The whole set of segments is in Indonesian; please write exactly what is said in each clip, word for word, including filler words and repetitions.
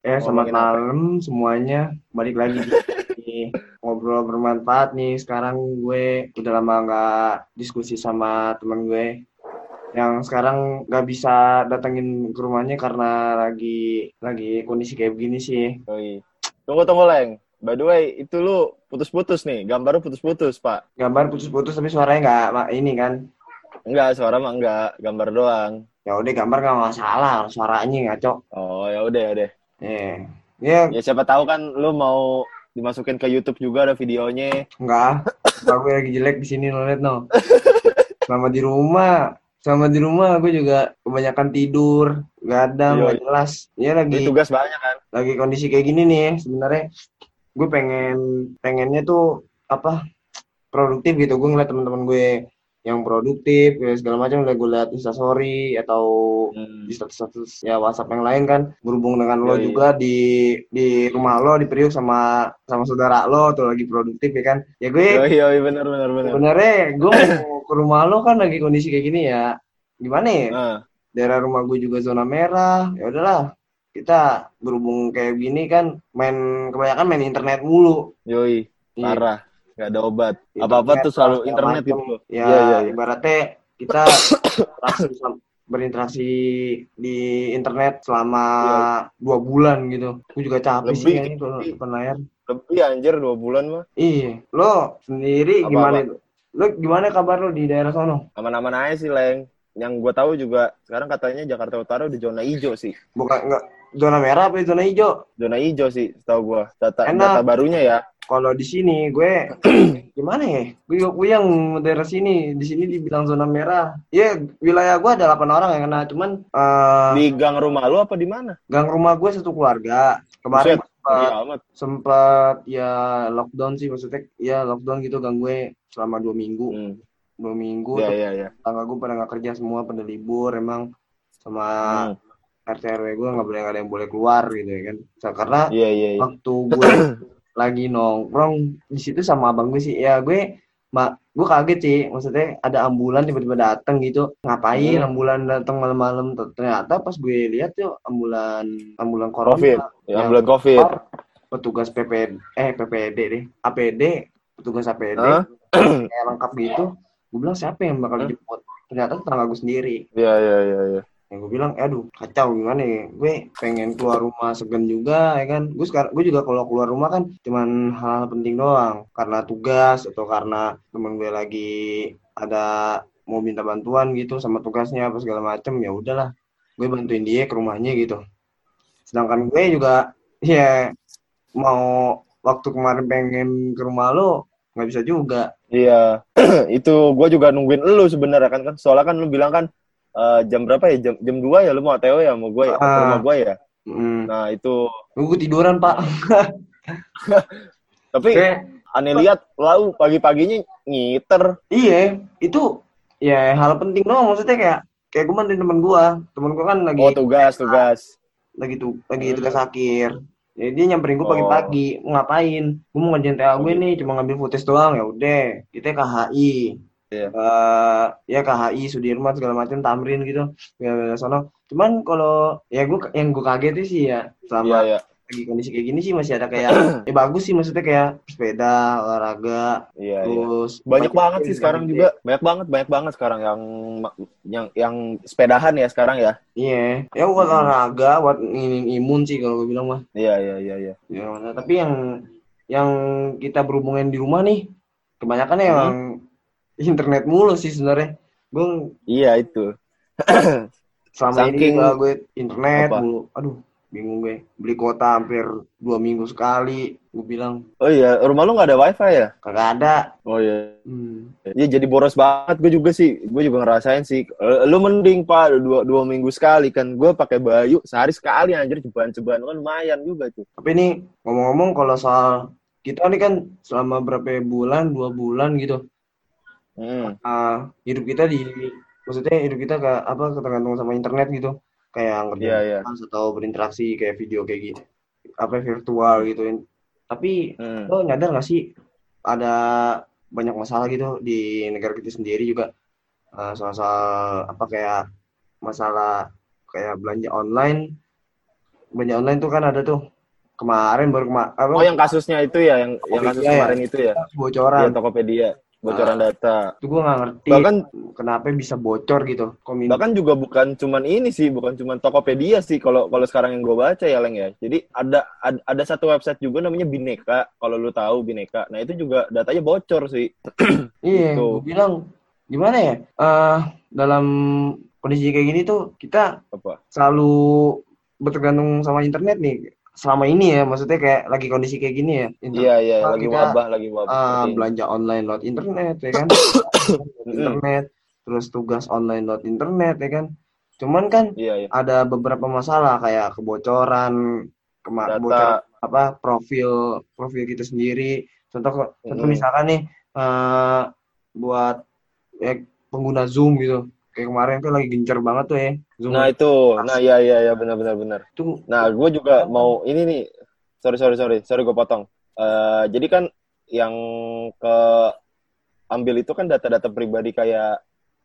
Eh, selamat Ngomongin apa? malam semuanya. Balik lagi di di ngobrol bermanfaat nih. Sekarang gue udah lama nggak diskusi sama teman gue yang sekarang nggak bisa datengin ke rumahnya karena lagi lagi kondisi kayak begini sih. Yoi. Tunggu tunggu Leng. By the way, itu lu putus-putus nih, gambar lu putus-putus, Pak. Gambar putus-putus tapi suaranya nggak ma- ini kan. Enggak, suara mah enggak, gambar doang. Ya udah gambar nggak masalah, suaranya ngaco. Oh, ya udah ya deh. Eh, ya Ya siapa tahu kan lu mau dimasukin ke YouTube juga ada videonya. nggak. Muka gue lagi jelek di sini lo liat no. Selama di rumah, selama di rumah gue juga kebanyakan tidur, gadang, Iya, nggak jelas. Ya ini lagi tugas banyak kan. lagi kondisi kayak gini nih sebenarnya gue pengen pengennya tuh apa produktif gitu. Gue ngeliat teman-teman gue yang produktif ya segala macam, udah gue liat instastory atau di Hmm. status-status ya WhatsApp yang lain kan, berhubung dengan lo Yoi. juga di di rumah lo di Priuk sama sama saudara lo tuh lagi produktif ya kan, ya gue Yoi, yoi, bener bener bener. sebenarnya gue mau ke rumah lo kan lagi kondisi kayak gini ya, gimana ya, Nah, daerah rumah gue juga zona merah, ya udahlah kita berhubung kayak gini kan main kebanyakan main internet mulu. yoi, Iya, parah. Gak ada obat. Apa-apa internet tuh lah selalu segala internet macem gitu loh. ya, Iya, iya, iya. ibaratnya kita berinteraksi sam- berinteraksi di internet selama Iya, dua bulan gitu. Gue juga capek sih lebih, kayaknya kalau depan layar. lebih anjir dua bulan mah. Iya, lo sendiri gimana Apa-apa? itu? Lo gimana kabar lo di daerah sono? Aman-aman aja sih, Leng. Yang gue tahu juga sekarang katanya Jakarta Utara udah zona hijau sih. Bukan nggak zona merah apa zona hijau? Zona hijau sih, setahu gue. Data data Enak. barunya ya. Kalau di sini gue gimana ya? Gue gue yang daerah sini, di sini dibilang zona merah. Ya, wilayah gue ada delapan orang yang kena, cuman eh Di gang rumah lu apa di mana? gang rumah gue satu keluarga. Kemarin Buset, gue ngeri sempat amat. sempat ya lockdown sih, maksudnya ya lockdown gitu gang gue selama dua minggu. Hmm, Dua minggu ya terus ya ya. tangga gue pada nggak kerja semua, pada libur emang, sama Hmm, R T R W gue nggak boleh, nggak ada yang boleh keluar gitu ya kan. So, karena iya iya iya. waktu gue lagi nongkrong di situ sama abang gue sih, ya gue mak gue kaget sih, maksudnya ada ambulan tiba-tiba datang gitu, ngapain Hmm, ambulan datang malam-malam. Ternyata pas gue lihat tuh ambulan ambulan COVID, corona ya yang ambulan COVID. keluar petugas P P eh P P D deh, A P D, petugas A P D Hah? kayak lengkap gitu. Gue bilang siapa yang bakal Hah? dijemput, ternyata tetangga gue sendiri. Iya iya iya iya. Yang gue bilang, aduh kacau gimana ya, gue pengen keluar rumah segan juga ya kan. Gue sekarang gue juga kalau keluar rumah kan cuman hal penting doang, karena tugas atau karena temen gue lagi ada mau minta bantuan gitu sama tugasnya apa segala macem, ya udahlah gue bantuin dia ke rumahnya gitu. Sedangkan gue juga ya mau waktu kemarin pengen ke rumah lo nggak bisa juga. Iya, itu gue juga nungguin lu sebenarnya kan kan. Soalnya kan lu bilang kan eh, jam berapa ya? Jam jam dua ya lu mau O T W ya mau gue ke rumah Ah, gue ya. mm, Nah, itu gue tiduran pak. tapi Kayak aneh lihat lalu pagi-paginya ngiter. iya, itu ya hal penting doang, maksudnya kayak kayak gue bantuin temen gue, temen gue kan lagi Oh, tugas, tugas. lagi tuh lagi tugas Hmm. akhir. Jadi dia nyamperin gue Oh, pagi-pagi, mau ngapain? Gue mau ngerjain T A oh gue nih, gitu. cuma ngambil footage doang, ya udah. Kita K H I, Iya. eh ya K H I Sudirman segala macam tamrin gitu. Ya sono. Cuman kalau ya gue yang gue kaget sih ya, selama Iya, iya. lagi kondisi kayak gini sih masih ada kayak ya bagus sih, maksudnya kayak sepeda, olahraga, Iya, iya. terus Banyak banyak banget yang sih sekarang dipakai. juga. Banyak banget, banyak banget sekarang yang yang yang sepedahan ya sekarang ya. Iya, ya buat Mm-mm. olahraga, buat nginin imun sih kalau gue bilang mah. Iya, iya, iya, iya. Ya, mana- tapi yang yang kita berhubungan di rumah nih, kebanyakan Hmm? emang internet mulu sih sebenarnya. Gue Iya itu. selama ini juga Saking gue internet apa? mulu. Aduh, bingung gue. Beli kuota hampir dua minggu sekali. Gue bilang Oh iya, rumah lu nggak ada wifi ya? kagak ada. Oh iya. Hmm. Iya jadi boros banget gue juga sih. Gue juga ngerasain sih. Eh, Lu mending Pak dua, dua minggu sekali kan. Gue pakai Bayu sehari sekali anjir ceban-ceban kan lumayan juga tuh. Tapi ini ngomong-ngomong kalau soal kita nih kan selama berapa bulan, dua bulan gitu, Hmm. uh, hidup kita di maksudnya hidup kita ke apa ketergantungan sama internet gitu, kayak ngerjain Iya iya. tugas atau berinteraksi kayak video kayak gitu apa virtual gitu. Tapi Hmm. lo nyadar nggak sih ada banyak masalah gitu di negara kita sendiri juga, uh, soal-soal apa kayak masalah kayak belanja online belanja online tuh kan ada tuh kemarin baru kema apa Oh, yang kasusnya itu ya, yang yang kasus Tokopedia ya, kemarin itu ya. bocoran. Iya, Tokopedia, bocoran Nah, data. itu gue nggak ngerti Bahkan kenapa bisa bocor gitu. Komin bahkan juga bukan cuman ini sih, bukan cuman Tokopedia sih kalau kalau sekarang yang gue baca ya, Leng ya. Jadi ada ada, ada satu website juga namanya Bineka, kalau lu tahu Bineka. Nah, itu juga datanya bocor sih. iya, gue Gitu. bilang gimana ya? Eh dalam kondisi kayak gini tuh kita Apa? selalu bertergantung sama internet nih. Selama ini ya, maksudnya kayak lagi kondisi kayak gini ya. Iya, Internet iya, apa, lagi kita wabah, lagi wabah eh, seperti ini. belanja online lewat internet ya kan, lewat Mm-mm. internet, terus tugas online lewat internet ya kan. Cuman kan Iya, iya. ada beberapa masalah kayak kebocoran, kema- bocor Data. apa profil profil kita sendiri. Contoh contoh Mm-mm. misalkan nih eh, buat ya, pengguna Zoom gitu. Kayak kemarin tuh lagi gencar banget tuh ya Zoom Nah, lagi itu. Nah, tas. iya, iya, iya, benar, benar, benar. Itu Nah, gue juga kan kan mau ini nih. Sorry, sorry, sorry. Sorry, gue potong. Eh, jadi kan yang ke ambil itu kan data-data pribadi kayak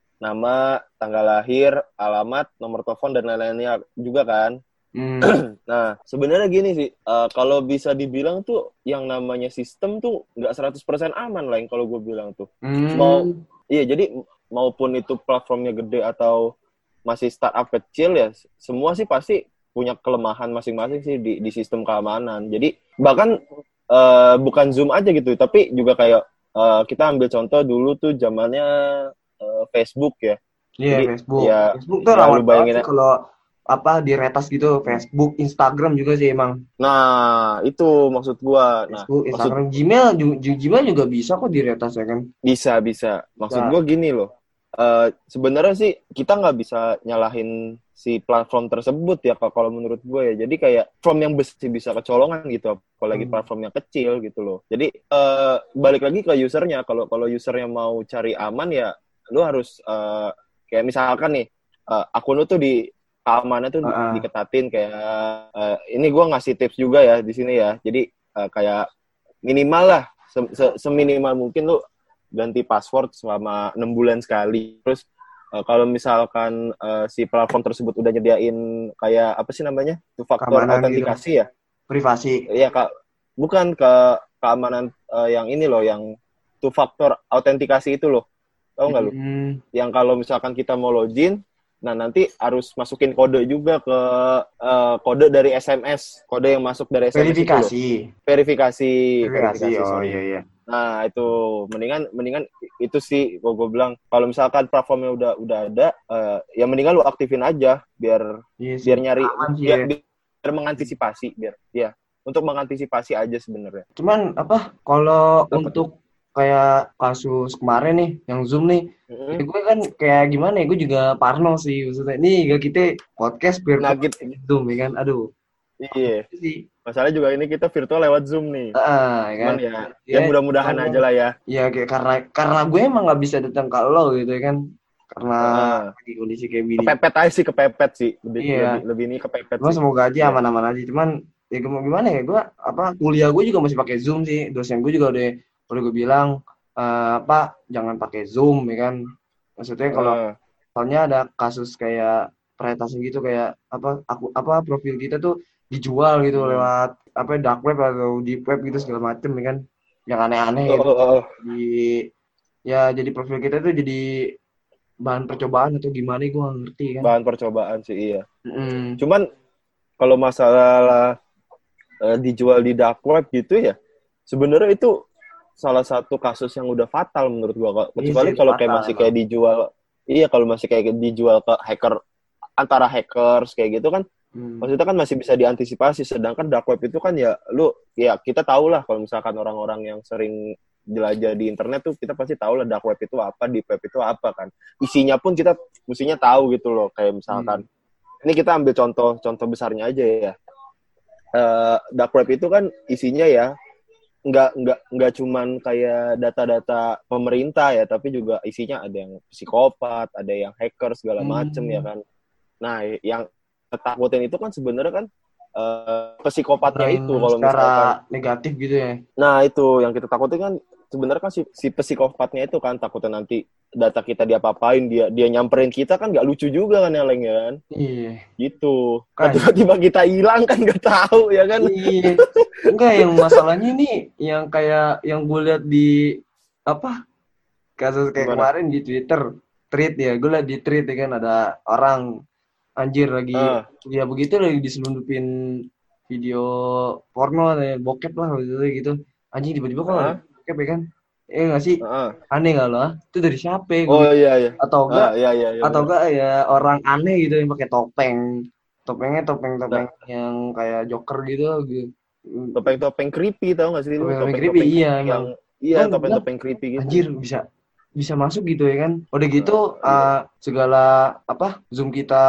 nama, tanggal lahir, alamat, nomor telepon, dan lain-lainnya juga kan. hmm, Nah, sebenarnya gini sih, eh, kalau bisa dibilang tuh yang namanya sistem tuh nggak seratus persen aman lah yang kalau gue bilang tuh. Mau, hmm, iya jadi maupun itu platformnya gede atau masih startup kecil ya, semua sih pasti punya kelemahan masing-masing sih di, di sistem keamanan. Jadi bahkan eh, bukan Zoom aja gitu, tapi juga kayak eh, kita ambil contoh dulu tuh zamannya eh, Facebook ya. iya Jadi Facebook. ya Facebook tuh ya lu rawan banget sih bayangin. kalau apa diretas gitu. Facebook, Instagram juga sih emang. Nah, itu maksud gua. Nah, Facebook, maksud Instagram, Gmail, ju- ju- Gmail juga bisa kok diretas ya kan. bisa bisa. Maksud Bisa. gua gini loh. Eh sebenarnya sih kita nggak bisa nyalahin si platform tersebut ya kalau kalau menurut gue ya. Jadi kayak platform yang bisa bisa kecolongan gitu, apalagi Hmm. platform yang kecil gitu loh. Jadi eh balik lagi ke usernya. Kalau kalau usernya mau cari aman ya, lu harus eh, kayak misalkan nih eh, akun lu tuh di keamanannya tuh di- Ah, ah. diketatin kayak eh, ini gue ngasih tips juga ya di sini ya. Jadi eh, kayak minimal lah se- se- seminimal mungkin lu ganti password selama enam bulan sekali. Terus uh, kalau misalkan uh, si platform tersebut udah nyediain kayak apa sih namanya? Two factor Keamanan gitu. autentikasi ya? Privasi. Iya, Kak. Bukan ke keamanan uh, yang ini loh, yang two factor autentikasi itu loh. Tahu nggak lu? Hmm. Yang kalau misalkan kita mau login, nah nanti harus masukin kode juga ke uh, kode dari S M S, kode yang masuk dari S M S itu loh. Verifikasi. Verifikasi, Verifikasi. verifikasi, Oh sorry. iya iya. Nah, itu mendingan mendingan itu sih gua gue bilang kalau misalkan platformnya udah udah ada uh, ya mendingan lu aktifin aja biar Iya sih. biar nyari Aman sih biar, ya. biar mengantisipasi biar ya untuk mengantisipasi aja sebenarnya. Cuman apa kalau Apa tuh? untuk kayak kasus kemarin nih yang Zoom nih, Mm-hmm. ya gue kan kayak gimana ya, gue juga parno sih maksudnya. Nih gak kita podcast Nah, virtual gitu. Zoom ya kan. Aduh, Iya. itu sih. Masalahnya juga ini kita virtual lewat Zoom nih. Ah, ya kan. Cuman ya Ya, ya mudah-mudahan cuman aja lah ya. ya kayak karena karena gue emang nggak bisa datang ke lo gitu ya kan. Karena Uh-uh. lagi kondisi kayak gini. Kepepet aja sih, kepepet sih. Lebih lebih Iya. lebih ini kepepet Cuma sih. semoga aja Iya. aman-aman aja. Cuman ya gimana gimana ya gue apa kuliah gue juga masih pakai Zoom sih. Dosen gue juga udah udah gue bilang eh, apa jangan pakai Zoom ya kan. Maksudnya kalau Uh, soalnya ada kasus kayak peretasan gitu kayak apa aku apa profil kita tuh dijual gitu hmm. lewat apa dark web atau deep web gitu segala macem ya kan. Yang aneh-aneh Oh, gitu. oh, oh. Di ya jadi profil kita tuh jadi bahan percobaan atau gimana gue nggak ngerti kan. Bahan percobaan sih iya. Mm-mm. Cuman kalau masalah uh, dijual di dark web gitu ya, sebenarnya itu salah satu kasus yang udah fatal menurut gua. Iya sih Kecuali itu kalau kayak fatal masih emang. kayak dijual, iya kalau masih kayak dijual ke hacker antara hackers kayak gitu kan, Hmm. maksudnya kan masih bisa diantisipasi. Sedangkan dark web itu kan ya, lu ya kita tahu lah kalau misalkan orang-orang yang sering jelajah di internet tuh kita pasti tahu lah dark web itu apa, deep web itu apa kan. Isinya pun kita mestinya tahu gitu loh. Kayak misalkan Hmm. ini kita ambil contoh contoh besarnya aja ya. Uh, dark web itu kan isinya ya nggak nggak nggak cuman kayak data-data pemerintah ya, tapi juga isinya ada yang psikopat, ada yang hacker segala macem ya Hmm. kan. Nah, yang ketakutin itu kan sebenarnya kan uh, psikopatnya Main itu kalau secara misalkan. negatif gitu ya. Nah, itu yang kita takutin kan sebenarnya kan si, si psikopatnya itu kan takutnya nanti data kita diapa-apain, dia dia nyamperin kita kan nggak lucu juga kan ya Leng ya kan? Iya. Gitu. Nah, Kan. tiba-tiba kita hilang kan nggak tahu ya kan? Iya. Enggak, yang masalahnya nih yang kayak yang gue lihat di apa kasus kayak Gimana? kemarin di Twitter, tweet ya, gue lihat di tweet ya kan ada orang anjir lagi Ah, ya begitu lagi diselundupin video porno ya, bokep lah gitu gitu. Anjing tiba-tiba kok ah, bokep ya kan? Eh nggak sih? ah. Aneh nggak loh? Itu dari siapa ya? Gue Oh iya iya. atau Ah enggak iya iya iya atau benar. enggak ya orang aneh gitu yang pakai topeng topengnya Nah, topeng-topeng yang kayak Joker gitu gitu. topeng-topeng creepy tau gak sih lu? Topeng-topeng creepy Topeng-topeng iya yang emang iya gue bilang topeng-topeng creepy gitu. anjir bisa bisa masuk gitu ya kan udah gitu Nah, iya. uh, segala apa zoom kita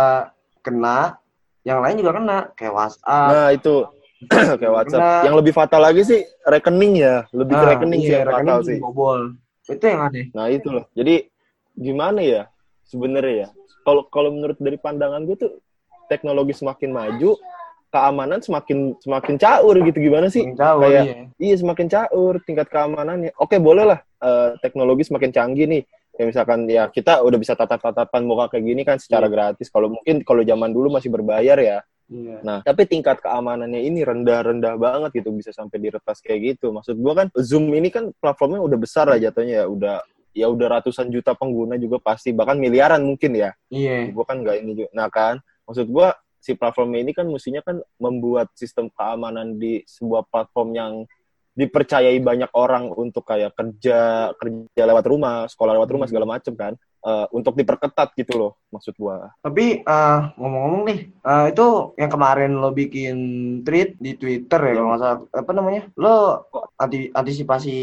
kena yang lain juga kena kayak WhatsApp Nah, itu kayak juga WhatsApp. kena Yang lebih fatal lagi sih rekening ya, lebih ke nah rekening iya sih yang rekening fatal juga sih. bobol itu yang aneh. Nah, itu loh. Jadi gimana ya sebenarnya ya? Kalau kalau menurut dari pandangan gue tuh teknologi semakin maju, keamanan semakin semakin caur gitu gimana sih? Makin caur Kayak iya iya semakin caur tingkat keamanannya. Oke, boleh lah eh, teknologi semakin canggih nih. Ya misalkan ya kita udah bisa tatap-tatapan muka kayak gini kan secara iya gratis. Kalau mungkin kalau zaman dulu masih berbayar ya. iya Nah, tapi tingkat keamanannya ini rendah-rendah banget gitu, bisa sampai diretas kayak gitu. Maksud gua kan Zoom ini kan platformnya udah besar lah jatuhnya ya, udah ya udah ratusan juta pengguna juga pasti, bahkan miliaran mungkin ya. iya Gua kan nggak ini juga. Nah kan, maksud gua si platform ini kan mestinya kan membuat sistem keamanan di sebuah platform yang dipercayai banyak orang untuk kayak kerja kerja lewat rumah, sekolah lewat rumah segala hmm. macem kan, uh, untuk diperketat gitu loh, maksud gua. Tapi uh, ngomong-ngomong nih, uh, itu yang kemarin lo bikin tweet di Twitter ya kalau Yang nggak salah, apa namanya? Lo anti antisipasi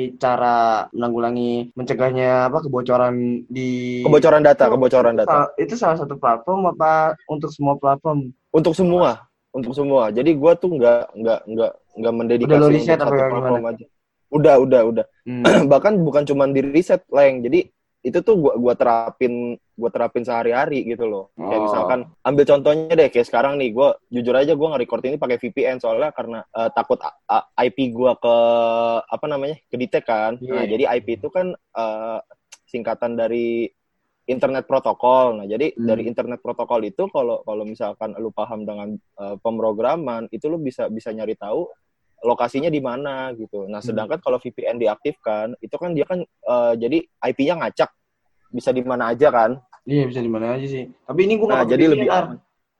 cara menanggulangi mencegahnya apa kebocoran di kebocoran data, itu kebocoran itu data. salah, itu salah satu platform apa untuk semua platform? Untuk semua, untuk semua. Jadi gue tuh nggak nggak nggak nggak Udah lo mendedikasi untuk riset apa satu gimana? platform aja. Udah, udah, udah. Hmm. Bahkan bukan cuma di riset, Leng. Jadi itu tuh gua gua terapin gua terapin sehari-hari gitu loh. Kayak misalkan Oh. ambil contohnya deh kayak sekarang nih gua jujur aja gua nge-record ini pakai V P N soalnya karena uh, takut a- a- I P gua ke apa namanya? Kedetek kan. Nah, Iya. jadi I P itu kan uh, singkatan dari internet protokol. Nah, jadi Hmm. dari internet protokol itu kalau kalau misalkan lu paham dengan uh, pemrograman, itu lu bisa bisa nyari tahu lokasinya di mana gitu. Nah, Hmm. sedangkan kalau V P N diaktifkan, itu kan dia kan uh, jadi I P-nya ngacak, bisa di mana aja kan. Iya bisa di mana aja sih. Tapi ini gue nggak Nah, pakai jadi V P N lebih Ar. aman.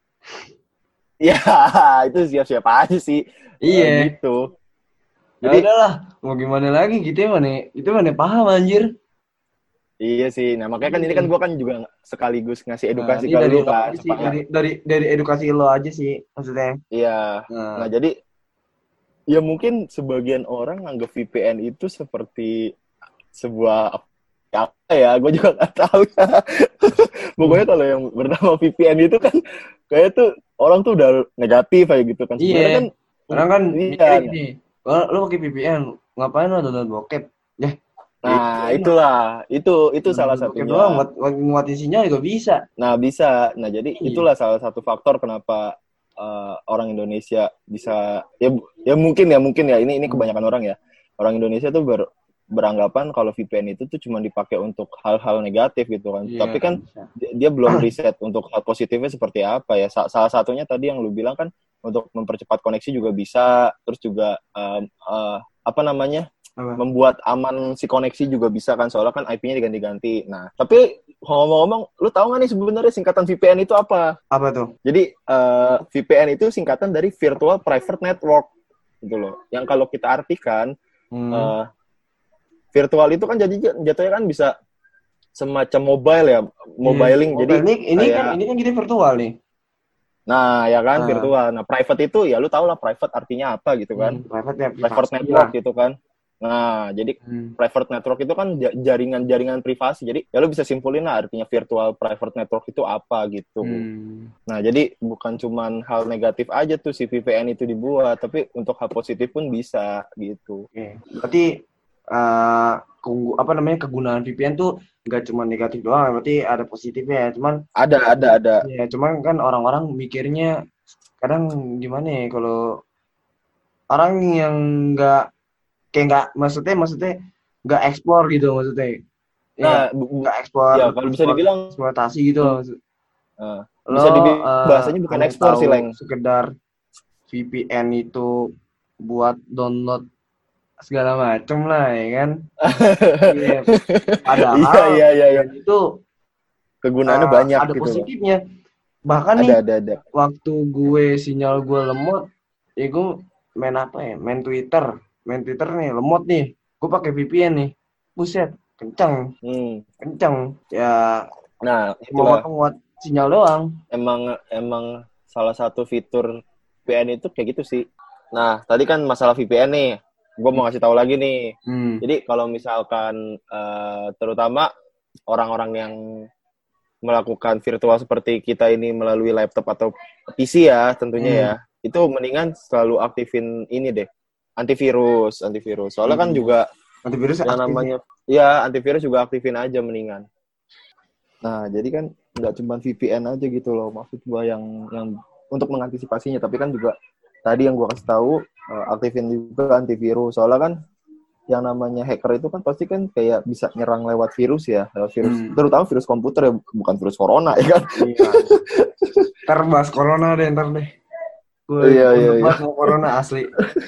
Ya, itu siap-siap aja sih. Uh, Iya. gitu. Ya Jadi udahlah, mau gimana lagi gitu ya mana? Itu mana paham anjir. iya sih. Nah, makanya kan ini kan Iya. gua kan juga sekaligus ngasih Nah, edukasi ini ke dari lu lo kan aja sih, supaya dari dari dari edukasi lo aja sih maksudnya. iya. Nah, Nah, jadi ya mungkin sebagian orang anggap V P N itu seperti sebuah apa ya, gue juga nggak tahu ya. Pokoknya kalau yang bernama V P N itu kan kayak tuh orang tuh udah negatif kayak gitu kan. Sebenarnya iya. kan Orang kan iya. mikirnya gini, kalau lo pakai V P N, ngapain lo download bokep? Ya, ya Nah, iya. itulah. Itu itu salah Download bokep doang, satunya. buat buat nguatin sinyal juga bisa. Nah, bisa. Nah, jadi Iya. itulah salah satu faktor kenapa uh, orang Indonesia bisa ya ya mungkin ya mungkin ya ini ini Hmm. kebanyakan orang ya. Orang Indonesia tuh ber, beranggapan kalau V P N itu tuh cuma dipakai untuk hal-hal negatif gitu kan. Iya, Tapi kan bisa. dia, dia belum riset untuk hal positifnya seperti apa ya. Sa- salah satunya tadi yang lu bilang kan untuk mempercepat koneksi juga bisa, terus juga um, uh, apa namanya? Apa? Membuat aman si koneksi juga bisa kan, soalnya kan I P-nya diganti-ganti. Nah, tapi ngomong-ngomong, lu tahu nggak nih sebenarnya singkatan V P N itu apa? Apa tuh? Jadi uh, V P N itu singkatan dari Virtual Private Network gitu loh. Yang kalau kita artikan Hmm. uh, virtual itu kan jadi jatuhnya kan bisa semacam mobile ya, mobiling. Iya. Jadi ini ini kayak kan ini kan kita virtual nih. nah ya kan Nah, virtual. Nah, private itu ya lu tau lah private artinya apa gitu kan. hmm, private ya Private privasi network lah. gitu kan. Nah, jadi Hmm. private network itu kan ja- jaringan-jaringan privasi. Jadi ya lu bisa simpulin lah artinya virtual private network itu apa gitu. Hmm. Nah, jadi bukan cuman hal negatif aja tuh si V P N itu dibuat, tapi untuk hal positif pun bisa gitu. Oke. Berarti uh, keunggu- apa namanya kegunaan V P N tuh nggak cuma negatif doang, berarti ada positifnya ya. Cuman Ada, ada, ada. ya cuman kan orang-orang mikirnya kadang gimana ya kalau orang yang nggak kayak nggak maksudnya maksudnya nggak explore gitu maksudnya. Nah, Ya, bu- bu- nggak explore, ya kalau bisa dibilang eksploitasi gitu loh. uh, bisa Lo dibilang eh, bahasanya bukan hanya ekspor sih, tahu Leng. sekedar V P N itu buat download segala macem lah ya kan. Iya, Iya, padahal iya, iya, iya. V P N itu Kegunaannya eh, banyak ada gitu loh. positifnya. Bahkan nih Ada, ada, ada. waktu gue sinyal gue lemot, ya gue main apa ya? Main Twitter, main Twitter nih lemot nih. Gue pakai V P N nih. Buset, kenceng, Hmm. kenceng. Ya Nah, cuma itulah motong sinyal doang. emang emang salah satu fitur V P N itu kayak gitu sih. Nah, tadi kan masalah V P N nih. Gue mau ngasih tahu lagi nih. Hmm. Jadi kalau misalkan uh, terutama orang-orang yang melakukan virtual seperti kita ini melalui laptop atau P C ya tentunya Hmm. ya, itu mendingan selalu aktifin ini deh, antivirus, antivirus. Soalnya kan Hmm. juga Antivirus yang aktif. namanya, ya antivirus juga aktifin aja mendingan. Nah, jadi kan nggak cuma V P N aja gitu loh, maksud gue yang yang untuk mengantisipasinya, tapi kan juga tadi yang gue kasih tahu uh, aktifin juga antivirus. Soalnya kan yang namanya hacker itu kan pasti kan kayak bisa nyerang lewat virus ya, lewat virus, Hmm. terutama virus komputer ya, bukan virus corona ya kan. Iya. Ntar bahas corona deh, ntar deh. Gue Iya, iya, untuk iya. bahas mau corona asli.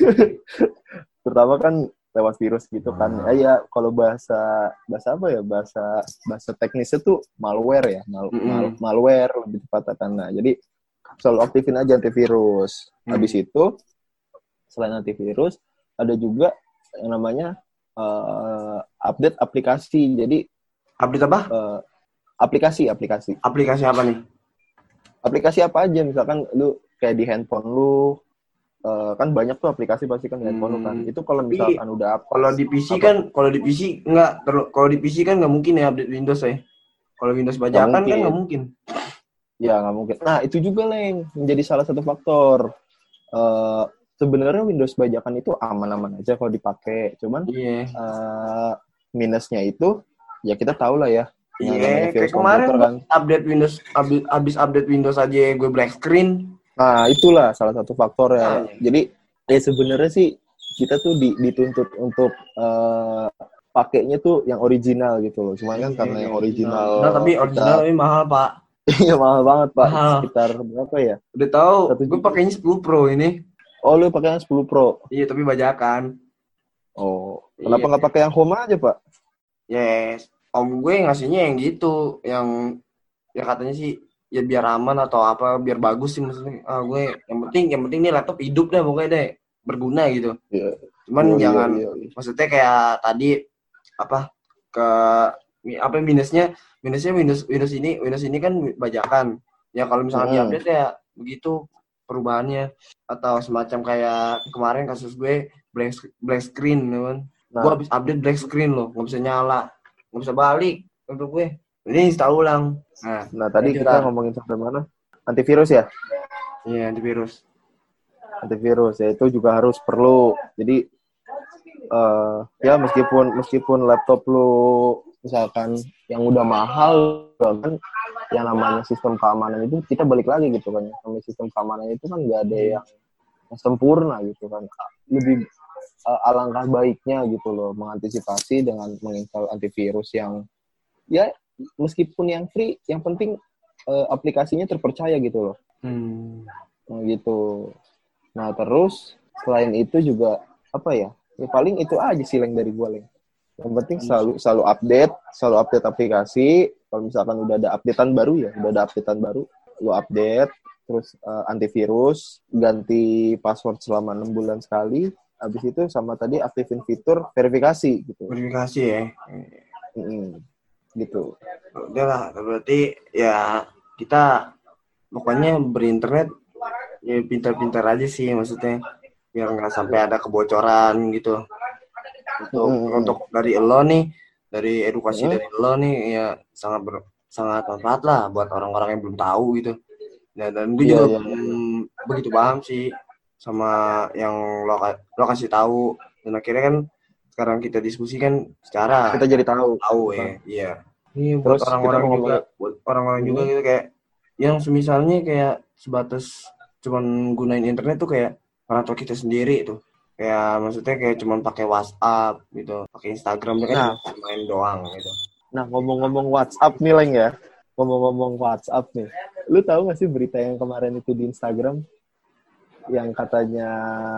Terutama kan lewat virus gitu kan. Ya, ya kalau bahasa bahasa apa ya? Bahasa bahasa teknisnya tuh malware ya, mal, Mm-mm. mal, malware lebih tepatnya kan. Nah, jadi selalu aktifin aja antivirus. Hmm. Habis itu selain antivirus ada juga yang namanya uh, update aplikasi. Jadi Update apa? uh, aplikasi aplikasi. Aplikasi apa nih? Aplikasi apa aja misalkan lu kayak di handphone lu uh, kan banyak tuh aplikasi pasti kan di handphone lu kan. Hmm. Itu kalau Tapi misalkan udah apa? kalau di P C apa? kan, kalau di P C nggak terlalu, kalau di P C kan nggak mungkin ya update Windows ya. Kalau Windows Nggak bajakan mungkin. kan nggak mungkin. Ya nggak mungkin. Nah itu juga Leng menjadi salah satu faktor. Uh, sebenarnya Windows bajakan itu aman-aman aja kalau dipakai. Cuman Iya. uh, minusnya itu ya kita tahu lah ya. Yang Iya, namanya virus kayak kemarin komputer gua kan. update Windows, abis, abis update Windows aja gue black screen. Nah itulah salah satu faktor ya. Nah, Jadi ya sebenarnya sih kita tuh di, dituntut untuk uh, pakainya tuh yang original gitu loh. Cuman kan iya, karena yang original, original. Nah, tapi original kita ini mahal, Pak. iya mahal banget Pak. Mahal. Sekitar berapa ya? Udah tahu, Satu gue juta. pakainya sepuluh Pro ini. Oh lu pakai yang sepuluh Pro? Iya, tapi bajakan. Oh, kenapa Iya. nggak pakai yang home aja Pak? Yes, om gue ngasihnya yang gitu, yang ya katanya sih ya biar aman atau apa, biar bagus sih maksudnya. Ah gue yang penting yang penting nih laptop hidup deh pokoknya deh, berguna gitu. Iya. Cuman Iya, jangan iya, iya. maksudnya kayak tadi apa ke apa minusnya minusnya Windows Windows ini Windows ini kan bajakan. Ya kalau misalnya Hmm. diupdate ya begitu perubahannya, atau semacam kayak kemarin kasus gue blank blank screen kan. Nah, Gue habis update black screen loh, nggak bisa nyala, nggak bisa balik untuk gue. Ini install ulang. Nah, nah tadi lanjut, kita Ar. ngomongin sampai mana? Antivirus ya? Iya, antivirus. Antivirus ya itu juga harus perlu. Jadi uh, ya meskipun meskipun laptop lu misalkan yang udah mahal kan yang namanya sistem keamanan itu kita balik lagi gitu kan. Namanya sistem keamanan itu kan nggak ada yang, yang sempurna gitu kan. Lebih uh, alangkah baiknya gitu loh mengantisipasi dengan menginstal antivirus yang ya meskipun yang free, yang penting uh, aplikasinya terpercaya gitu loh. Hmm. Nah, gitu. Nah terus selain itu juga apa ya? Ya paling itu aja sih Leng dari gue Leng. Yang penting selalu selalu update, selalu update aplikasi. Kalau misalkan udah ada updatean baru ya, udah ada updatean baru, lu update. Terus uh, antivirus, ganti password selama enam bulan sekali. Habis itu sama tadi aktifin fitur verifikasi gitu. Verifikasi ya. Mm-hmm. Gitu. Udah lah, berarti ya kita pokoknya berinternet ya pintar-pintar aja sih maksudnya, biar nggak sampai ada kebocoran gitu. Untuk Mm-hmm. untuk dari lo nih, dari edukasi Mm-hmm. dari lo nih ya sangat ber, sangat manfaat lah buat orang-orang yang belum tahu gitu. Dan, dan gue Iya, juga iya, iya. hmm, begitu paham sih sama yang lo lo kasih tahu, dan akhirnya kan sekarang kita diskusikan secara Kita jadi tahu. tahu ya. Iya. Ini Terus buat kita orang-orang mau juga, ngomongin buat orang-orang juga Hmm. gitu kayak yang semisalnya kayak sebatas cuman gunain internet tuh kayak orang tua kita sendiri tuh. kayak maksudnya kayak cuman pakai WhatsApp gitu, pakai Instagram dia kan Nah, cuma main doang gitu. nah ngomong-ngomong WhatsApp nih Leng ya. Ngomong-ngomong WhatsApp nih. Lu tahu gak sih berita yang kemarin itu di Instagram yang katanya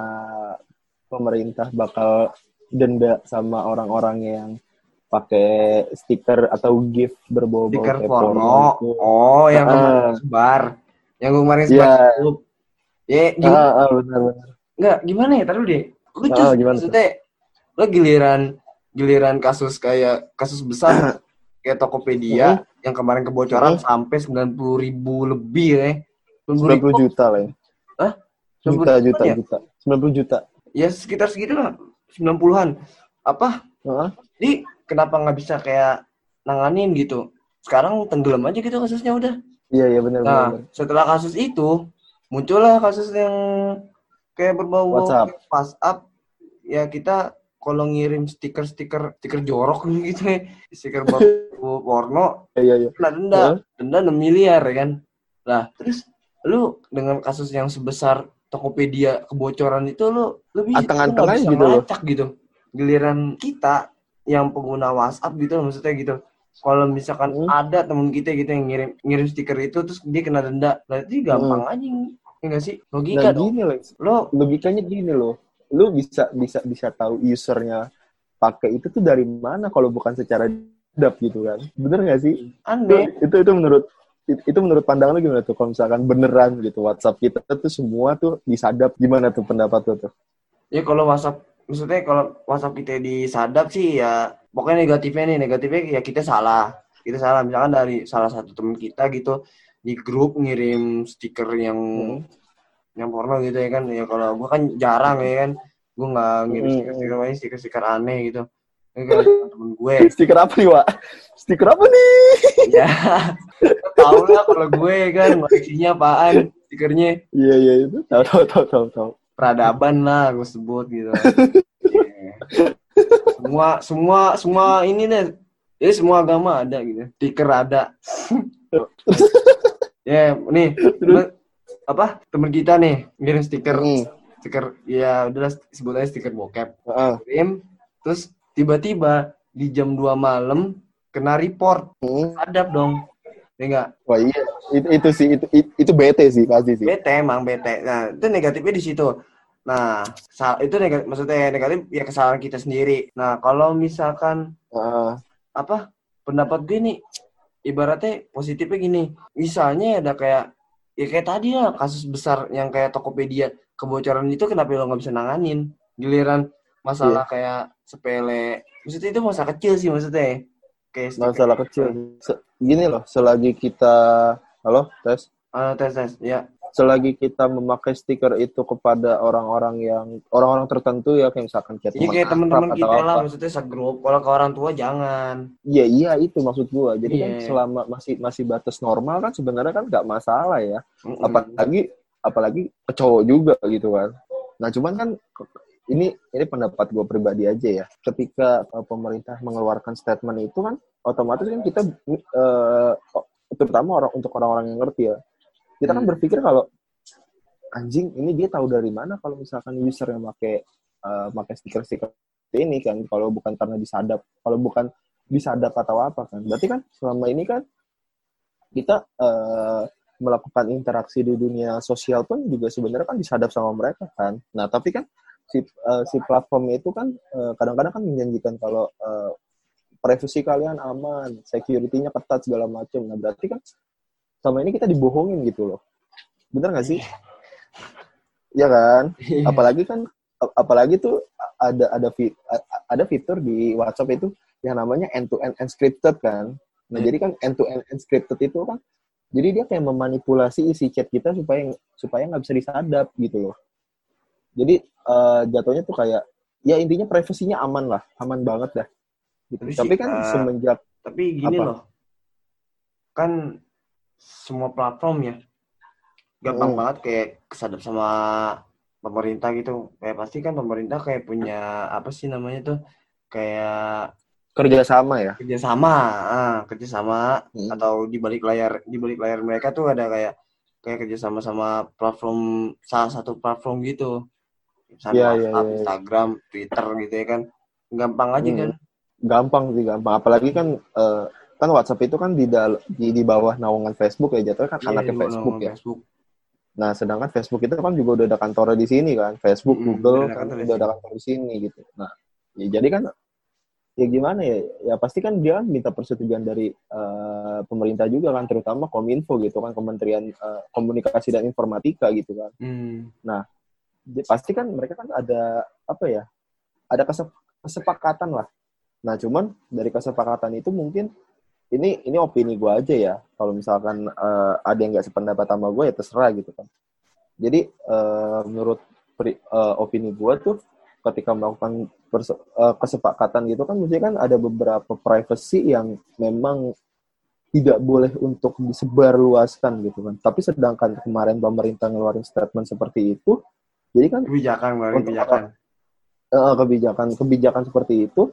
pemerintah bakal denda sama orang-orang yang pakai stiker atau GIF berbau-bau Stiker kayak porno, porno itu. oh yang kemarin Ah, sebar, yang gue kemarin sebar di iya, grup. Ya gimana? ah, ah, benar-benar. Nggak gimana ya, taruh deh. Lucu Ah, sih gimana tuh? maksudnya. Lo giliran giliran kasus kayak kasus besar kayak Tokopedia Mm-mm, yang kemarin kebocoran mm-mm. sampai sembilan puluh ribu lebih ya. sembilan puluh sembilan ribu. puluh juta lah ya. Hah? sembilan puluh Juta, ribuan juta, ya? juta. sembilan puluh juta. Ya sekitar segitu lah. sembilan puluhan. Apa? Ah, Jadi kenapa nggak bisa kayak nanganin gitu? Sekarang tenggelam aja gitu kasusnya udah. iya, iya benar-benar. Nah, setelah kasus itu muncullah kasus yang kayak berbau-bau WhatsApp. WhatsApp. Ya kita kalau ngirim stiker-stiker stiker jorok gitu ya, stiker bau porno, Iya, iya. kena denda, Heeh. denda enam miliar ya kan. Lah, terus lu dengan kasus yang sebesar Tokopedia kebocoran itu lu lu bisa lu Anteng-anteng nggak aja bisa gitu loh. ngelacak gitu. Giliran kita yang pengguna WhatsApp gitu loh, maksudnya gitu. Kalau misalkan Mm, ada temen kita gitu yang ngirim ngirim stiker itu terus dia kena denda, berarti mm. gampang aja ya nggak sih? Nah Logika dong. gini loh, Lo logikanya gini loh. Lu bisa bisa bisa tahu usernya pakai itu tuh dari mana kalau bukan secara dap gitu kan? Bener nggak sih? Itu aneh. itu itu menurut itu menurut pandangan lu gimana tuh kalau misalkan beneran gitu WhatsApp kita tuh semua tuh disadap, gimana tuh pendapat lu tuh? Ya kalau WhatsApp, maksudnya kalau WhatsApp kita disadap sih ya pokoknya negatifnya nih, negatifnya ya kita salah. Kita salah misalkan dari salah satu teman kita gitu di grup ngirim stiker yang Mm, yang porno gitu ya kan. Ya kalau gua kan jarang ya kan. Gua nggak ngirim mm, stiker-stiker mm. lain, stiker-stiker aneh gitu. Ini kalau temen gue Stiker apa nih, Wak? Stiker apa nih? ya tau lah kalau gue kan koleksinya apaan stikernya, Iya iya itu. Tahu tahu tahu tahu tahu. peradaban lah gue sebut gitu. Yeah. Semua semua semua ini deh. Jadi semua agama ada gitu. Stiker ada. Ya, yeah, nih Terus temen, apa temen kita nih ngirim stiker, mm, stiker ya udahlah sebut aja stiker bokep. uh, Kirim, terus tiba-tiba di jam dua malam kena report. mm. Sadap dong. Ya enggak? Wah iya, itu, itu sih itu, itu itu bete sih pasti sih. Bete emang bete. Nah, itu negatifnya di situ. Nah, sal- itu negatif, maksudnya negatif ya kesalahan kita sendiri. Nah, kalau misalkan Uh, apa pendapat gue nih, ibaratnya positifnya gini. Misalnya ada kayak ya kayak tadi lah kasus besar yang kayak Tokopedia kebocoran itu kenapa lo nggak bisa nanganin? Giliran masalah iya, kayak sepele. Maksudnya itu masalah kecil sih maksudnya. Kayak stiker. masalah kecil. Se- gini loh, selagi kita halo tes, Ah, tes tes ya. selagi kita memakai stiker itu kepada orang-orang yang orang-orang tertentu ya kayak misalkan kayak Ini teman kayak akrab teman-teman atau kita lah apa. maksudnya segrup. Kalau ke orang tua jangan. Iya iya itu maksud gua. Jadi kan Iya. selama masih masih batas normal kan sebenarnya kan nggak masalah ya. Mm-mm. Apalagi apalagi ke cowok juga gitu kan. Nah cuman kan ini ini pendapat gue pribadi aja ya. Ketika uh, pemerintah mengeluarkan statement itu kan otomatis kan kita uh, terutama orang untuk orang-orang yang ngerti ya. Kita kan Hmm. berpikir kalau anjing ini dia tahu dari mana kalau misalkan user yang pakai uh, pakai stiker-stiker ini kan kalau bukan karena disadap, kalau bukan disadap atau apa kan. Berarti kan selama ini kan kita uh, melakukan interaksi di dunia sosial pun juga sebenarnya kan disadap sama mereka kan. Nah, tapi kan si uh, si platform itu kan uh, kadang-kadang kan menjanjikan kalau uh, privasi kalian aman, security-nya ketat segala macam. Nah, berarti kan selama ini kita dibohongin gitu loh. Bener nggak sih? Iya kan? Apalagi kan apalagi tuh ada ada ada fitur di WhatsApp itu yang namanya end to end encrypted kan. Nah, jadi kan end to end encrypted itu kan jadi dia kayak memanipulasi isi chat kita supaya supaya nggak bisa disadap gitu loh. Jadi uh, jatuhnya tuh kayak ya intinya privasinya aman lah, aman banget dah. Gitu. Tapi, Tapi sih, kan uh, semenjak tapi gini apa? loh, kan semua platform ya gampang Hmm. banget kayak kesadap sama pemerintah gitu. Kayak pasti kan pemerintah kayak punya apa sih namanya tuh kayak Kerjasama ya. kerjasama, ah, kerjasama Hmm. atau di balik layar di balik layar mereka tuh ada kayak kayak kerjasama sama platform salah satu platform gitu. misalnya Iya, iya, WhatsApp, iya. Instagram, Twitter gitu ya kan. Gampang aja kan. Hmm, gampang sih, gampang. Apalagi kan eh, kan WhatsApp itu kan di, dal- di di bawah naungan Facebook ya, jatuhnya kan Iya, di anaknya bawah Facebook naungan ya. Facebook. Nah, sedangkan Facebook itu kan juga udah ada kantornya di sini kan. Facebook, Mm-mm, udah Google ada kan kantor di udah ada sini. kantor di sini gitu. Nah, ya jadi kan ya gimana ya? Ya pasti kan dia kan minta persetujuan dari eh, pemerintah juga kan, terutama Kominfo gitu kan, Kementerian eh, Komunikasi dan Informatika gitu kan. Hmm. Nah, dia- pasti kan mereka kan ada apa ya? Ada kesep- kesepakatan lah. Nah, cuman dari kesepakatan itu mungkin ini ini opini gue aja ya. Kalau misalkan eh, ada yang nggak sependapat sama gue ya terserah gitu kan. Jadi eh, menurut pri, eh, opini gue tuh ketika melakukan perse- eh, kesepakatan gitu kan mesti kan ada beberapa privacy yang memang tidak boleh untuk disebarluaskan gitu kan. Tapi sedangkan kemarin pemerintah ngeluarin statement seperti itu, jadi kan Kebijakan, baru untuk kebijakan. eh, kebijakan kebijakan seperti itu,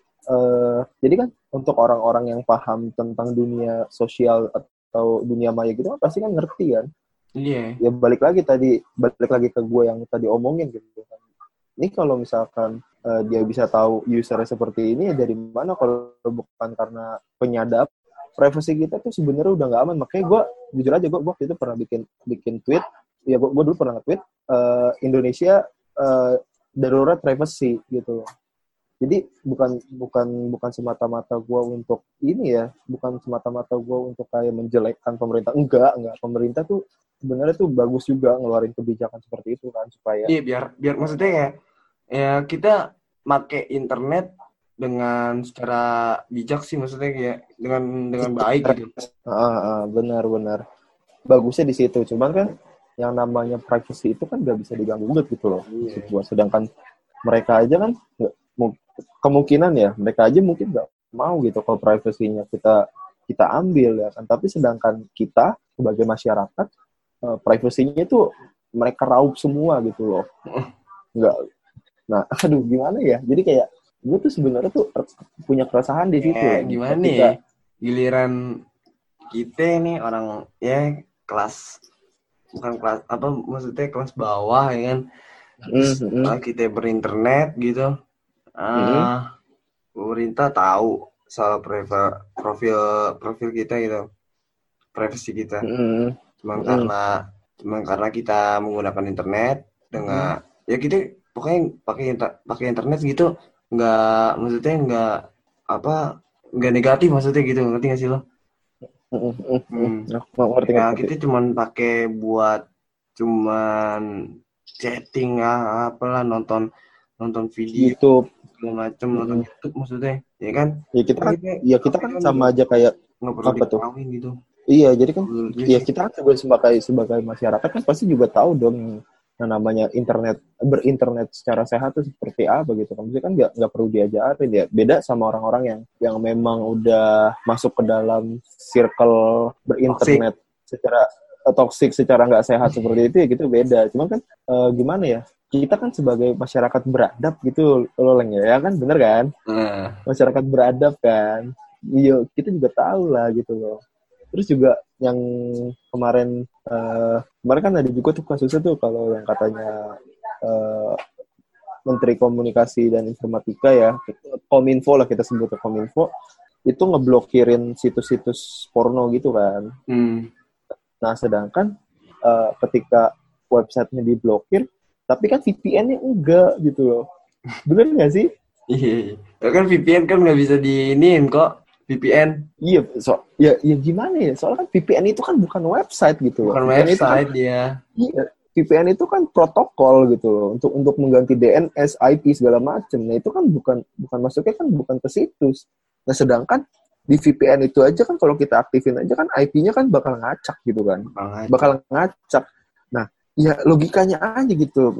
eh, jadi kan untuk orang-orang yang paham tentang dunia sosial atau dunia maya gitu kan pasti kan ngerti kan. Iya. Ya balik lagi tadi balik lagi ke gue yang tadi omongin gitu kan. Ini kalau misalkan uh, dia bisa tahu usernya seperti ini ya dari mana kalau bukan karena penyadap privasi kita tuh sebenarnya udah nggak aman. Makanya gue jujur aja gue waktu itu pernah bikin bikin tweet ya gue, gue dulu pernah nge-tweet uh, Indonesia uh, darurat privacy gitu. Jadi bukan bukan bukan semata-mata gue untuk ini ya, bukan semata-mata gue untuk kayak menjelekkan pemerintah. Enggak, enggak. Pemerintah tuh sebenarnya tuh bagus juga ngeluarin kebijakan seperti itu kan supaya Iya, biar biar maksudnya ya ya kita pakai internet dengan secara bijak sih, maksudnya kayak dengan dengan baik gitu. ah, ah, benar-benar bagusnya di situ. Cuman kan yang namanya privacy itu kan nggak bisa diganggu gugat gitu loh. Maksud Iya. gua. Sedangkan mereka aja kan nggak mu- kemungkinan ya mereka aja mungkin nggak mau gitu kalau privasinya kita kita ambil ya kan. Tapi sedangkan kita sebagai masyarakat uh, privasinya itu mereka raup semua gitu loh. Nggak. Nah, aduh gimana ya? Jadi kayak gue tuh sebenarnya tuh punya keresahan di situ Ya, loh. gimana nih? Ketika Giliran kita nih orang ya kelas bukan kelas apa maksudnya kelas bawah ya kan. Terus mm, mm, uh, kita berinternet gitu. mm, Ah, pemerintah tahu soal priva- profil profil kita gitu, privasi kita. mm, Cuman mm, karena cuman karena kita menggunakan internet dengan ya kita pokoknya pakai inter- pakai internet gitu, nggak maksudnya nggak apa nggak negatif maksudnya gitu, ngerti nggak sih lo? mm, mm, mm, mm. Hmm. Nah, ngerti Ya ngerti. kita cuman pakai buat cuman chatting ah, apalah nonton nonton video YouTube. segala macem, nonton Mm, YouTube maksudnya ya kan. ya kita Kan kan kita ya kita apa kan kan sama nggak aja kayak nggak perlu apa tuh? diketahui gitu Iya, jadi kan menurut gue ya sih. kita kan sebagai sebagai sebagai masyarakat kan pasti juga tahu dong yang namanya internet berinternet secara sehat itu seperti apa gitu kan. Maksudnya kan nggak nggak perlu diajarin ya. Beda sama orang-orang yang yang memang udah masuk ke dalam circle Toxic. berinternet secara eh, toksik secara nggak sehat seperti itu ya gitu beda. Cuman kan eh, gimana ya? Kita kan sebagai masyarakat beradab gitu loh Leng ya kan bener kan? Nah, Masyarakat beradab kan. Iya, kita juga tahu lah gitu loh. Terus juga yang kemarin uh, kemarin kan ada juga tuh kasusnya tuh kalau yang katanya uh, Menteri Komunikasi dan Informatika ya, Kominfo lah kita sebut Kominfo, itu ngeblokirin situs-situs porno gitu kan. hmm. Nah, sedangkan uh, ketika websitenya diblokir, tapi kan V P N-nya enggak gitu loh. Bener nggak sih? Iya, ya kan V P N kan nggak bisa diinin kok V P N. Iya, so, ya, ya gimana ya? Soalnya kan V P N itu kan bukan website gitu loh. Bukan V P N itu kan, website dia. iya, V P N itu kan protokol gitu loh untuk untuk mengganti D N S, I P segala macam. Nah itu kan bukan bukan masuknya kan bukan ke situs. Nah sedangkan di V P N itu aja kan kalau kita aktifin aja kan I P-nya kan bakal ngacak gitu kan, Banget. bakal ngacak. Nah ya logikanya aja gitu.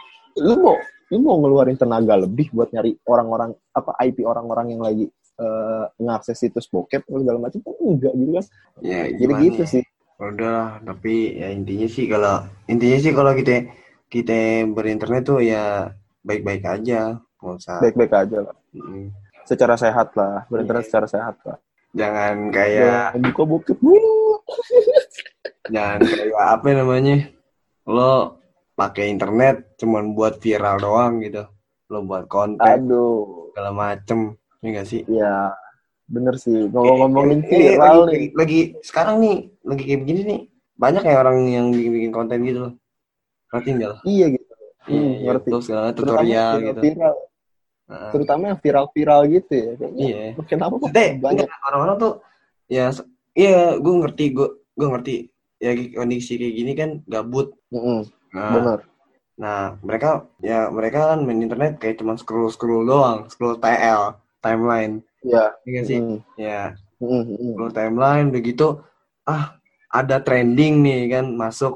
Lu mau lu mau ngeluarin tenaga lebih buat nyari orang-orang apa I P orang-orang yang lagi uh, ngakses situs bokep atau segala macam kan enggak gitu kan. Ya Jadi gimana gitu ya? sih. Udah, tapi ya intinya sih kalau intinya sih kalau kita kita berinternet tuh ya baik-baik aja, nggak usah. Baik-baik aja lah. mm, Secara sehat lah, berinternet iya. secara sehat lah. Jangan kayak Jangan buka bokep dulu. jangan kayak apa namanya? Lo pakai internet cuman buat viral doang gitu, lo buat konten Aduh, segala macem, ya nggak sih? ya bener sih. Eh, eh, Ngomong-ngomongin eh, viral lagi, nih. lagi lagi sekarang nih lagi kayak begini nih, banyak ya orang yang bikin-bikin konten gitu loh, ngerti nggak lo? Iya gitu. Iya, Hmm, ngerti. YouTube segala Terutama yang tutorial gitu. viral-viral. Heeh. Terutama yang viral-viral gitu ya. Kayaknya Iya. makin lama Maksudnya makin enggak, banyak. orang-orang tuh ya se- iya, gue ngerti, gue gue ngerti ya kondisi kayak gini kan gabut. Mm-mm, Nah, bener. nah mereka ya mereka kan main internet kayak cuman scroll scroll doang, scroll T L, timeline, Iya. iya nggak sih? Mm-mm, Ya, mm-mm, mm-mm. scroll timeline begitu, ah ada trending nih kan masuk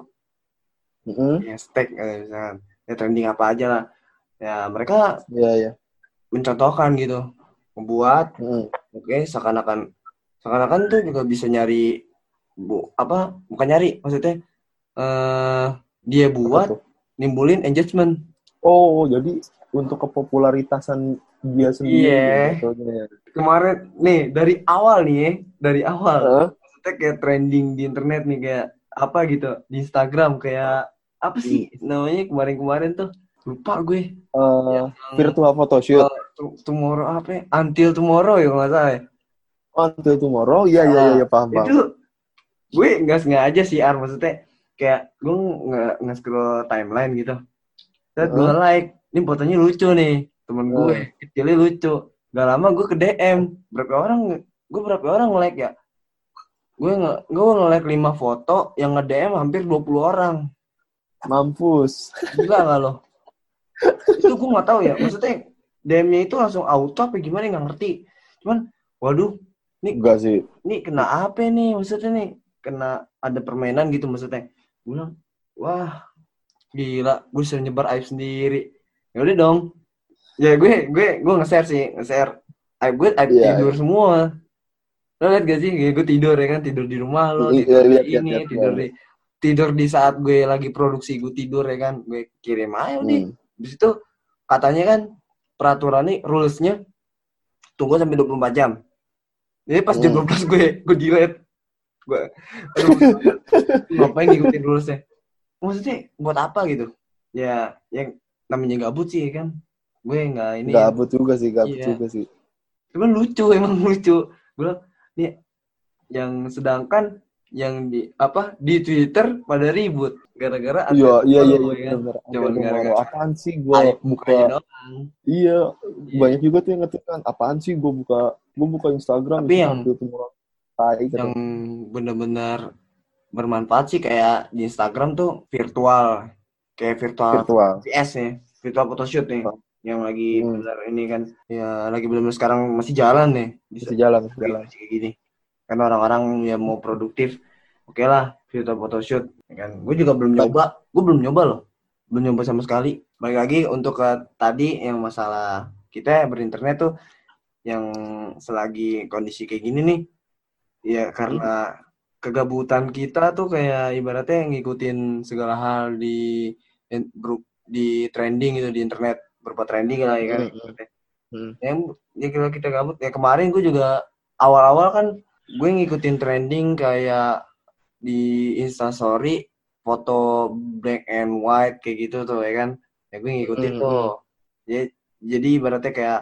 Mm-mm. hashtag eh, misalkan ya trending apa aja lah. Ya mereka Iya, iya. mencontohkan gitu, membuat Mm-mm. oke seakan-akan seakan-akan tuh juga bisa nyari bu apa bukan nyari maksudnya eh dia Apa buat tuh? nimbulin engagement. Oh, jadi untuk kepopularitasan dia Iya, sendiri ya jatuhnya. kemarin nih dari awal nih ya, dari awal Heeh. maksudnya kayak trending di internet nih kayak apa gitu di Instagram kayak apa sih Hmm. namanya kemarin-kemarin tuh lupa gue Eh, yang virtual photoshoot. uh, tomorrow apa ya? Until Tomorrow ya kalau nggak salah ya. Until tomorrow. Iya, iya, iya, Ah, iya, paham, paham. itu gue nggak sengaja sih Ar, maksudnya kayak gue nggak nge-scroll timeline gitu, terus gue Heeh. like ini fotonya lucu nih, temen gue Heeh. kecilnya lucu, gak lama gue ke D M berapa orang, gue berapa orang like ya, gue nge gue nge-like lima foto yang nge-D M hampir dua puluh orang. Mampus. Gila gak lo? Itu gue nggak tahu ya, maksudnya D M-nya itu langsung auto apa gimana nggak ngerti, cuman waduh ini Enggak sih. ini kena apa nih maksudnya nih, kena ada permainan gitu maksudnya. Gue bilang wah gila, gue bisa nyebar aib sendiri. Ya udah dong. Ya gue gue gue nge-share sih, nge-share. Aib gue aib Iya, tidur iya. semua. Lo liat gak sih? Gue tidur ya kan, tidur di rumah lo, Iya, tidur di lihat, lihat, ini, lihat, tidur lihat. di tidur di saat gue lagi produksi, gue tidur ya kan. Gue kirim aja udah. Hmm. Di situ katanya kan peraturan nih rules-nya tunggu sampai dua puluh empat jam. Jadi pas jam Hmm. dua belas gue gue delete. Gue aduh, ngapain ngikutin rules-nya? Maksudnya buat apa gitu? Ya yang namanya gabut sih kan, gue nggak ini ya. Gabut juga sih, gabut Iya, juga sih. cuman lucu emang lucu. Gue bilang nih yang sedangkan yang di apa di Twitter pada ribut gara-gara Iya, Until iya, iya, Tomorrow iya, ya kan, benar. Until cuman tomorrow. gara-gara Apaan sih gue aib buka? mukanya doang. Iya, Iya. banyak juga tuh yang ngetik kan. Apaan sih gue buka? Gue buka Instagram Tapi itu yang Until tomorrow. Tai yang kata. benar-benar bermanfaat sih kayak di Instagram tuh virtual, kayak virtual Virtual. V S nih, virtual photoshoot nih, yang lagi Hmm. benar ini kan, ya lagi benar-benar sekarang masih jalan nih, bisa Masih jalan, masih jalan. kayak gini. Karena orang-orang yang mau produktif, oke lah virtual photoshoot, ya kan. Gue juga belum nyoba, gue belum nyoba loh, belum nyoba sama sekali. Balik lagi untuk ke tadi yang masalah kita berinternet tuh, yang selagi kondisi kayak gini nih, ya karena kegabutan kita tuh kayak ibaratnya ngikutin segala hal di grup di trending gitu di internet, berupa trending lah ya kan. Hmm. Hmm. Yang ya kalau kita gabut ya, kemarin gue juga awal-awal kan gue ngikutin trending kayak di Instastory foto black and white kayak gitu tuh ya kan, ya gue ngikutin Hmm. tuh. Jadi, jadi ibaratnya kayak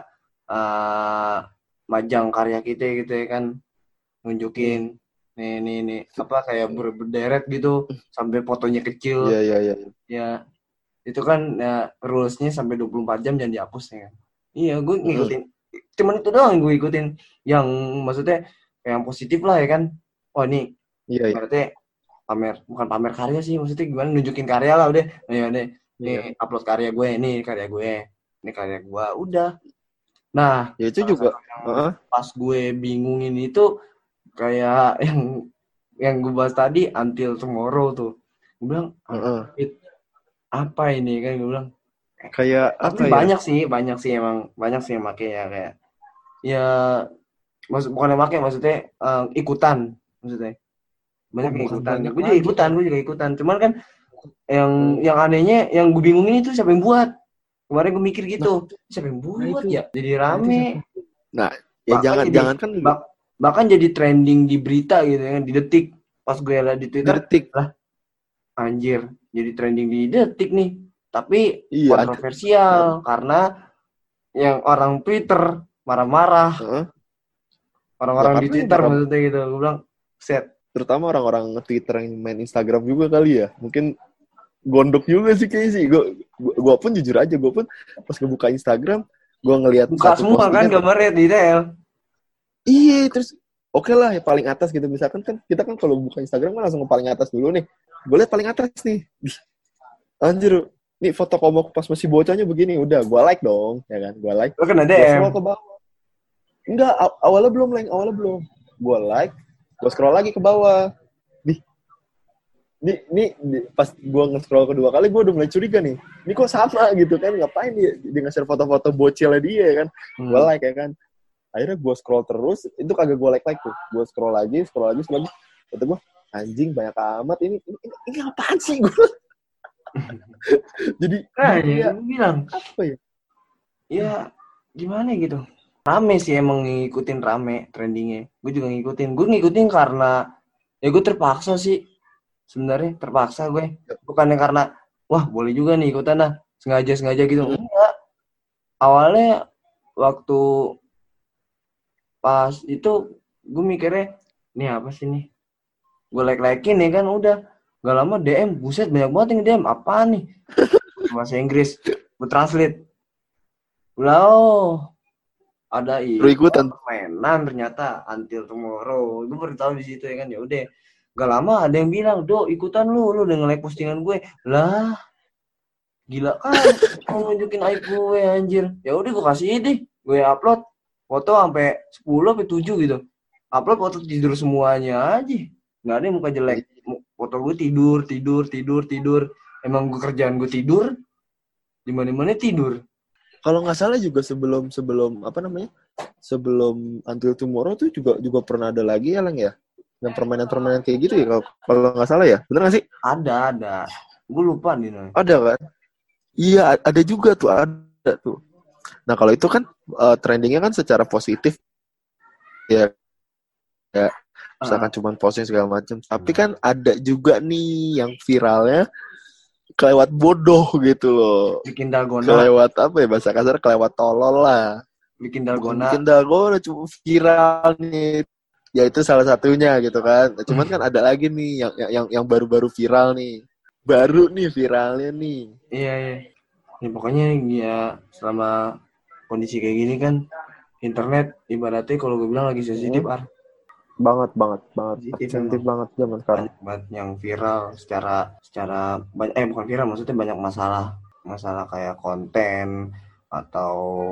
uh, majang karya kita gitu ya kan, nunjukin nih nih nih apa kayak ber- berderet gitu sampai fotonya kecil. Iya, iya, iya. Ya itu kan ya, rulesnya sampai dua puluh empat jam jangan dihapus ya kan. Iya gue ngikutin, cuman itu doang yang gue ikutin, yang maksudnya yang positif lah ya kan. Oh ini Iya, iya. berarti pamer, bukan pamer karya sih, maksudnya gimana nunjukin karya lah udah. Nih udah nih Iya. upload karya gue, ini karya gue, ini karya gue udah. Nah Ya itu salah juga. satu yang Uh-huh. pas gue bingungin itu kayak yang yang gue bahas tadi Until Tomorrow tuh. Gue bilang Uh-uh. apa ini kan, gue bilang Kayak tapi apa ya? banyak sih banyak sih emang banyak sih yang make ya kayak ya maksud bukan yang make maksudnya uh, ikutan maksudnya banyak Oh, yang bukan ikutan. banyak Gue juga lagi. ikutan gue juga ikutan cuman kan yang Hmm. yang anehnya yang gue bingungin itu siapa yang buat. Kemarin gue mikir gitu, nah, siapa yang buat nah, ya jadi rame. Nah ya bahkan jangan jadi, jangan kan bah, bahkan jadi trending di berita gitu kan, di Detik pas gue lihat di Twitter di Detik lah anjir jadi trending di detik nih. Tapi Iya, kontroversial karena yang orang Twitter marah-marah. Heeh. Orang-orang Ya, di karena Twitter marah- maksudnya gitu. Gue bilang, set. terutama orang-orang Twitter yang main Instagram juga kali ya. Mungkin gondok juga sih kayaknya sih. Gue gue pun jujur aja, gue pun pas ngebuka Instagram, gue ngelihat Buka satu semua kan postingan. gambarnya detail. Iya, terus oke lah ya paling atas gitu. Misalkan kan kita kan kalau buka Instagram kan langsung ke paling atas dulu nih. Gue lihat paling atas nih. Ih, anjir, nih foto komok pas masih bocahnya begini. Udah, gue like dong, ya kan? Gue like. Lo kena D Gue M. scroll ke bawah. Enggak, aw- awalnya belum, Leng. Awalnya belum. Gue like, gue scroll lagi ke bawah. Nih, nih, nih, nih, pas gue nge-scroll kedua kali, gue udah mulai curiga nih. Ini kok sama gitu kan? Ngapain dia? Dia nge-share foto-foto bocilnya dia kan? Hmm. Gue like ya kan? Akhirnya gue scroll terus, itu kagak gue like-like tuh. Gue scroll lagi, scroll lagi, scroll lagi. Kata gue, anjing banyak amat. Ini, ini, ini, ini apaan sih gue? Jadi, Nah, ya, ya, gue bilang, apa ya? ya gimana gitu. Rame sih emang ngikutin rame trendingnya. Gue juga ngikutin. Gue ngikutin karena ya gue terpaksa sih. Sebenarnya terpaksa gue. Bukannya karena wah boleh juga nih ikutan lah. Sengaja-sengaja gitu. Enggak. Awalnya waktu pas itu gue mikirnya nih apa sih nih? Gue like-likein nih kan udah. Gak lama D M. Buset banyak banget yang D M. Apaan nih? Bahasa Inggris. Gue translate. Lah oh. Ada Terus ikutan. permainan ternyata Until Tomorrow. Gue baru tahu di situ ya kan. Ya udah. Gak lama ada yang bilang, "Do, ikutan lu, lu udah nge-like postingan gue." Lah, gila kan mau nunjukin aib gue anjir. Ya udah gue kasih deh. Gue upload foto sampai sepuluh sampai tujuh gitu. Upload foto tidur semuanya aja. Enggak ada yang muka jelek. Foto gue tidur, tidur, tidur, tidur. Emang gue kerjaan gue tidur. Di mana-mana tidur. Kalau nggak salah juga sebelum sebelum apa namanya sebelum Until Tomorrow tuh juga juga pernah ada lagi ya Leng ya yang permainan-permainan kayak gitu ya kalau kalau nggak salah ya bener nggak sih? Ada ada. Gue lupa nih. Noy. Ada kan? Iya ada juga tuh ada tuh. Nah kalau itu kan uh, trendingnya kan secara positif ya ya misalkan uh. cuma posting segala macam. Tapi kan ada juga nih yang viralnya kelewat bodoh gitu loh. Bikin dalgona. Kelewat apa ya bahasa kasar kelewat tolol lah. Bikin dalgona. Bikin dalgona cuma viral nih. Ya itu salah satunya gitu kan. Cuman kan ada lagi nih yang yang yang baru-baru viral nih. Baru nih viralnya nih. Iya iya. Ya pokoknya ya selama kondisi kayak gini kan internet ibaratnya kalau gue bilang lagi sensitif hmm. ar. Banget banget banget sensitif banget zaman sekarang. Banyak banget yang viral secara secara eh bukan viral maksudnya banyak masalah masalah kayak konten atau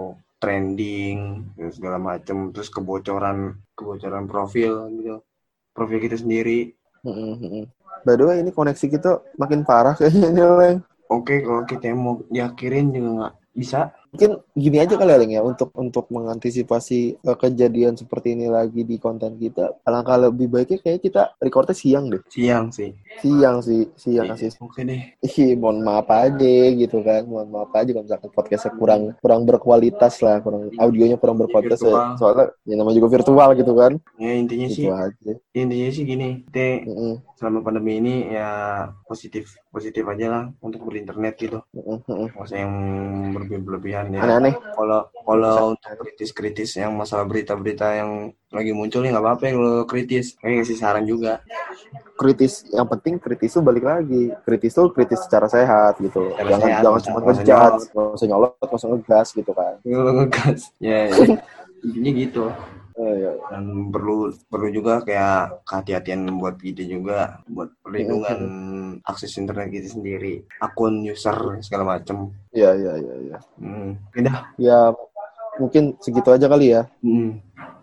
trending segala macam terus kebocoran kebocoran profil gitu profil kita sendiri. Mm-hmm. By the way ini koneksi kita makin parah kayaknya nih Leng. Oke kalau kita mau diakhirin juga nggak bisa. Mungkin gini aja kali ya Leng ya untuk untuk mengantisipasi uh, kejadian seperti ini lagi di konten kita. Alangkah lebih baiknya kayak kita recordnya siang deh. Siang sih. Siang sih, siang iya, sih. Oke deh. Ih, mohon maaf aja gitu kan. Mohon maaf aja kalau misalkan podcastnya kurang kurang berkualitas lah, kurang audionya kurang berkualitas ya. Soalnya ya namanya juga virtual gitu kan. Ya intinya gitu sih. Aja. Intinya sih gini, kita mm-hmm. selama pandemi ini ya positif positif aja lah untuk berinternet gitu. Mm-hmm. Nggak usah yang berlebihan ya. Aneh-aneh. Kalau kalau untuk kritis-kritis yang masalah berita-berita yang lagi muncul nih nggak apa-apa ya kalau kritis. Kayak ngasih saran juga. Kritis, yang penting kritis tuh balik lagi. Kritis tuh kritis secara sehat gitu. Secara jangan sehat, jangan cuma ngejat, nggak usah nyolot, nggak usah ngegas gitu kan. Ngegas. Ya, ya. Intinya gitu. Oh, iya. Dan perlu perlu juga kayak kehati-hatian buat kita juga buat perlindungan mm-hmm. akses internet kita sendiri, akun user segala macam. Iya iya iya. iya. Hmm. Udah. Ya mungkin segitu aja kali ya. Hmm.